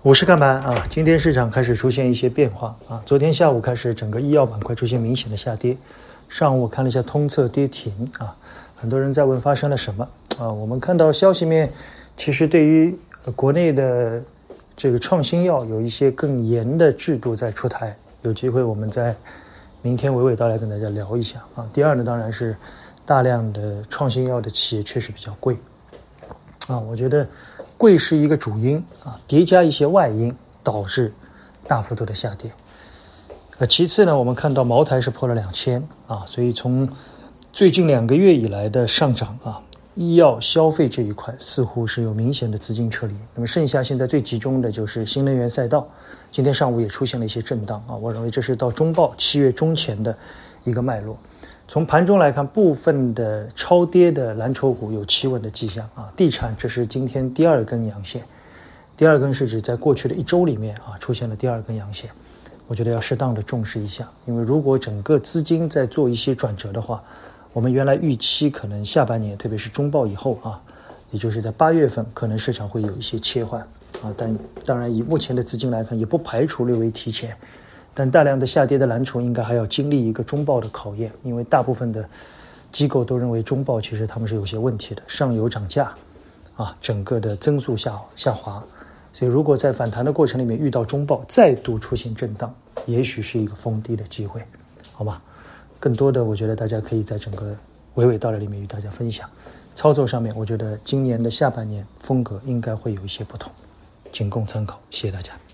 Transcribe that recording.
股市看盘啊，今天市场开始出现一些变化啊。昨天下午开始，整个医药板块出现明显的下跌。上午我看了一下通策跌停啊，很多人在问发生了什么啊。我们看到消息面，其实对于国内的这个创新药有一些更严的制度在出台，有机会我们在明天娓娓道来跟大家聊一下啊。第二呢，当然是大量的创新药的企业确实比较贵啊，我觉得贵是一个主因啊，叠加一些外因导致大幅度的下跌。其次呢，我们看到茅台是破了2000啊，所以从最近2个月以来的上涨啊，医药消费这一块似乎是有明显的资金撤离。那么剩下现在最集中的就是新能源赛道，今天上午也出现了一些震荡啊，我认为这是到中报7月中前的一个脉络。从盘中来看，部分的超跌的蓝筹股有企稳的迹象啊。地产这是今天第2根阳线，第2根是指在过去的1周里面啊出现了第2根阳线，我觉得要适当的重视一下，因为如果整个资金在做一些转折的话，我们原来预期可能下半年，特别是中报以后啊，也就是在8月份，可能市场会有一些切换啊。但当然以目前的资金来看，也不排除略微提前。但大量的下跌的蓝筹应该还要经历一个中报的考验，因为大部分的机构都认为中报其实他们是有些问题的，上游涨价啊，整个的增速下滑，所以如果在反弹的过程里面遇到中报再度出现震荡，也许是一个逢低的机会，好吧？更多的我觉得大家可以在整个娓娓道来里面与大家分享。操作上面我觉得今年的下半年风格应该会有一些不同，仅供参考，谢谢大家。